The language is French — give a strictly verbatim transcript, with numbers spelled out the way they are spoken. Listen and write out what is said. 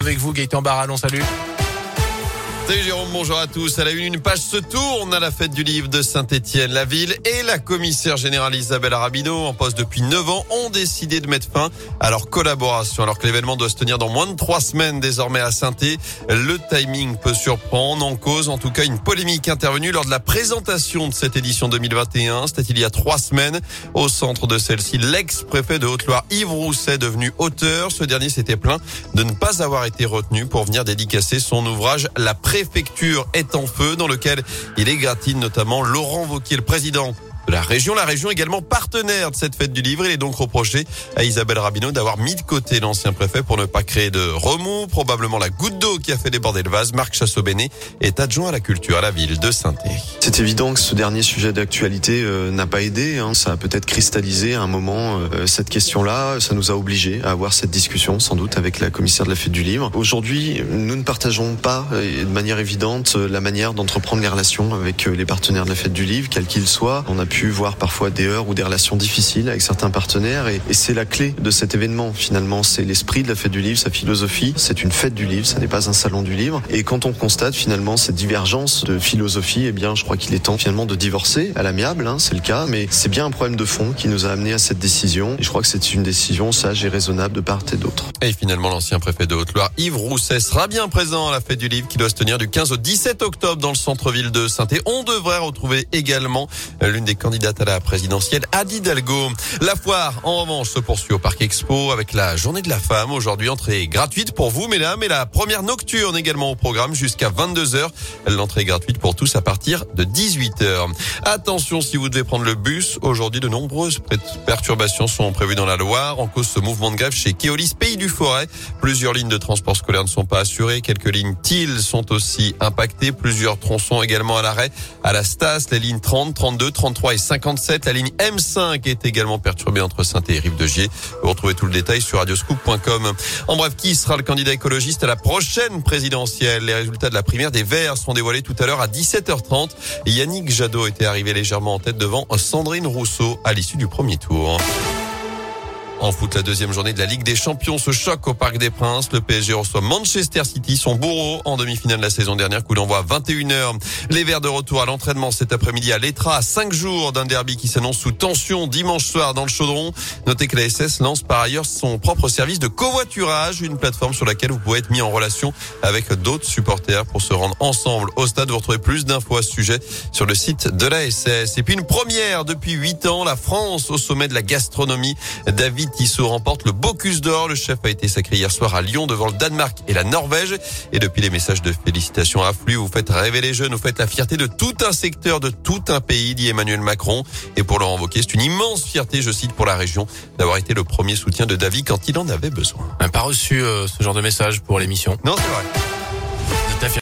avec vous, Gaëtan Barallon, salut. Salut Jérôme, bonjour à tous. À la une, une page se tourne à la fête du livre de Saint-Étienne. La ville et la commissaire générale Isabelle Arabino, en poste depuis neuf ans, ont décidé de mettre fin à leur collaboration. Alors que l'événement doit se tenir dans moins de trois semaines désormais à Saint-Étienne, le timing peut surprendre. En cause, en tout cas, une polémique intervenue lors de la présentation de cette édition deux mille vingt et un. C'était il y a trois semaines. Au centre de celle-ci, l'ex-préfet de Haute-Loire, Yves Rousset, devenu auteur. Ce dernier s'était plaint de ne pas avoir été retenu pour venir dédicacer son ouvrage « La préfecture est en feu », dans lequel il égratigne notamment Laurent Wauquiez, le président de la région. La région également partenaire de cette fête du livre. Il est donc reproché à Isabelle Arabino d'avoir mis de côté l'ancien préfet pour ne pas créer de remous. Probablement la goutte d'eau qui a fait déborder le vase. Marc Chassot-Bénet est adjoint à la culture à la ville de Saint-Étienne. C'est évident que ce dernier sujet d'actualité euh, n'a pas aidé. Hein. Ça a peut-être cristallisé à un moment euh, cette question-là. Ça nous a obligés à avoir cette discussion, sans doute, avec la commissaire de la fête du livre. Aujourd'hui, nous ne partageons pas euh, de manière évidente euh, la manière d'entreprendre les relations avec euh, les partenaires de la fête du livre, quels qu'ils soient. On a pu voir parfois des heures ou des relations difficiles avec certains partenaires et, et c'est la clé de cet événement. Finalement, c'est l'esprit de la fête du livre, sa philosophie. C'est une fête du livre, ça n'est pas un salon du livre. Et quand on constate finalement cette divergence de philosophie, eh bien, je crois qu'il est temps finalement de divorcer à l'amiable, hein, c'est le cas, mais c'est bien un problème de fond qui nous a amené à cette décision. Et je crois que c'est une décision sage et raisonnable de part et d'autre. Et finalement, l'ancien préfet de Haute-Loire, Yves Rousset, sera bien présent à la fête du livre qui doit se tenir du quinze au dix-sept octobre dans le centre-ville de Saint-Étienne. On devrait retrouver également l'une des candidates à la présidentielle, Anne Hidalgo. La foire, en revanche, se poursuit au Parc Expo avec la journée de la femme. Aujourd'hui, entrée gratuite pour vous, mesdames, et la première nocturne également au programme jusqu'à vingt-deux heures. L'entrée est gratuite pour tous à partir de dix-huit heures. Attention, si vous devez prendre le bus, aujourd'hui, de nombreuses perturbations sont prévues dans la Loire. En cause, ce mouvement de grève chez Keolis, Pays du Forêt. Plusieurs lignes de transport scolaire ne sont pas assurées. Quelques lignes T I L sont aussi impactées. Plusieurs tronçons également à l'arrêt. À la Stas, les lignes trente, trente-deux, trente-trois et cinquante-sept. La ligne M cinq est également perturbée entre Saint-Étienne et Rive-de-Gier. Vous retrouvez tout le détail sur radioscoop point com. En bref, qui sera le candidat écologiste à la prochaine présidentielle? Les résultats de la primaire des Verts seront dévoilés tout à l'heure à dix-sept heures trente. Yannick Jadot était arrivé légèrement en tête devant Sandrine Rousseau à l'issue du premier tour. En foot, la deuxième journée de la Ligue des Champions se choque au Parc des Princes. Le P S G reçoit Manchester City, son bourreau, en demi-finale de la saison dernière. Coup d'envoi à vingt et une heures. Les Verts de retour à l'entraînement cet après-midi à l'Etra, à cinq jours d'un derby qui s'annonce sous tension dimanche soir dans le Chaudron. Notez que la S S lance par ailleurs son propre service de covoiturage, une plateforme sur laquelle vous pouvez être mis en relation avec d'autres supporters pour se rendre ensemble au stade. Vous retrouvez plus d'infos à ce sujet sur le site de la S S. Et puis une première depuis huit ans, la France au sommet de la gastronomie. David Tissot remporte le Bocuse d'Or. Le chef a été sacré hier soir à Lyon devant le Danemark et la Norvège. Et depuis, les messages de félicitations affluent. Vous faites rêver les jeunes, vous faites la fierté de tout un secteur, de tout un pays, dit Emmanuel Macron. Et pour Laurent Wauquiez, c'est une immense fierté, je cite, pour la région, d'avoir été le premier soutien de David quand il en avait besoin. On n'a pas reçu euh, ce genre de message pour l'émission. Non, c'est vrai.